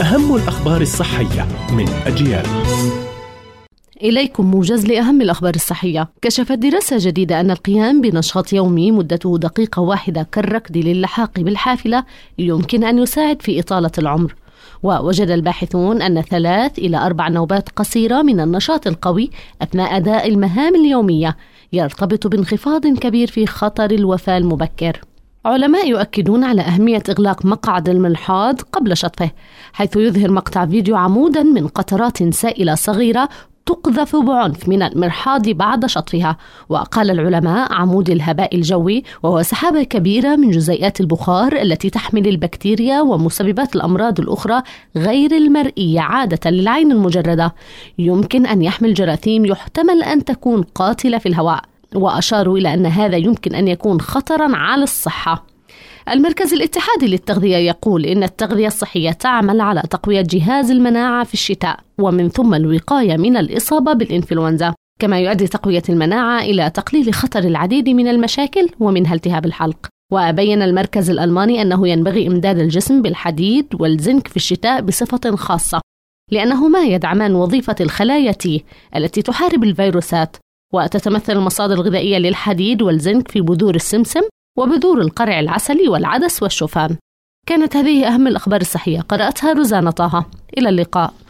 أهم الأخبار الصحية من أجيال. إليكم موجز لأهم الأخبار الصحية. كشفت دراسة جديدة أن القيام بنشاط يومي مدته دقيقة واحدة كالركض للحاق بالحافلة يمكن أن يساعد في إطالة العمر. ووجد الباحثون أن 3 إلى 4 نوبات قصيرة من النشاط القوي أثناء أداء المهام اليومية يرتبط بانخفاض كبير في خطر الوفاة المبكر. علماء يؤكدون على أهمية إغلاق مقعد الملحاض قبل شطفه، حيث يظهر مقطع فيديو عمودا من قطرات سائلة صغيرة تقذف بعنف من المرحاض بعد شطفها. وقال العلماء عمود الهباء الجوي وهو سحابة كبيرة من جزيئات البخار التي تحمل البكتيريا ومسببات الأمراض الأخرى غير المرئية عادة للعين المجردة، يمكن أن يحمل جراثيم يحتمل أن تكون قاتلة في الهواء. وأشاروا إلى أن هذا يمكن أن يكون خطرا على الصحة. المركز الاتحادي للتغذية يقول إن التغذية الصحية تعمل على تقوية جهاز المناعة في الشتاء ومن ثم الوقاية من الإصابة بالإنفلونزا، كما يؤدي تقوية المناعة إلى تقليل خطر العديد من المشاكل ومنها التهاب الحلق. وبين المركز الألماني أنه ينبغي إمداد الجسم بالحديد والزنك في الشتاء بصفة خاصة، لأنهما يدعمان وظيفة الخلايا T التي تحارب الفيروسات. وتتمثل المصادر الغذائية للحديد والزنك في بذور السمسم وبذور القرع العسلي والعدس والشوفان. كانت هذه أهم الأخبار الصحية، قرأتها روزانا طه. إلى اللقاء.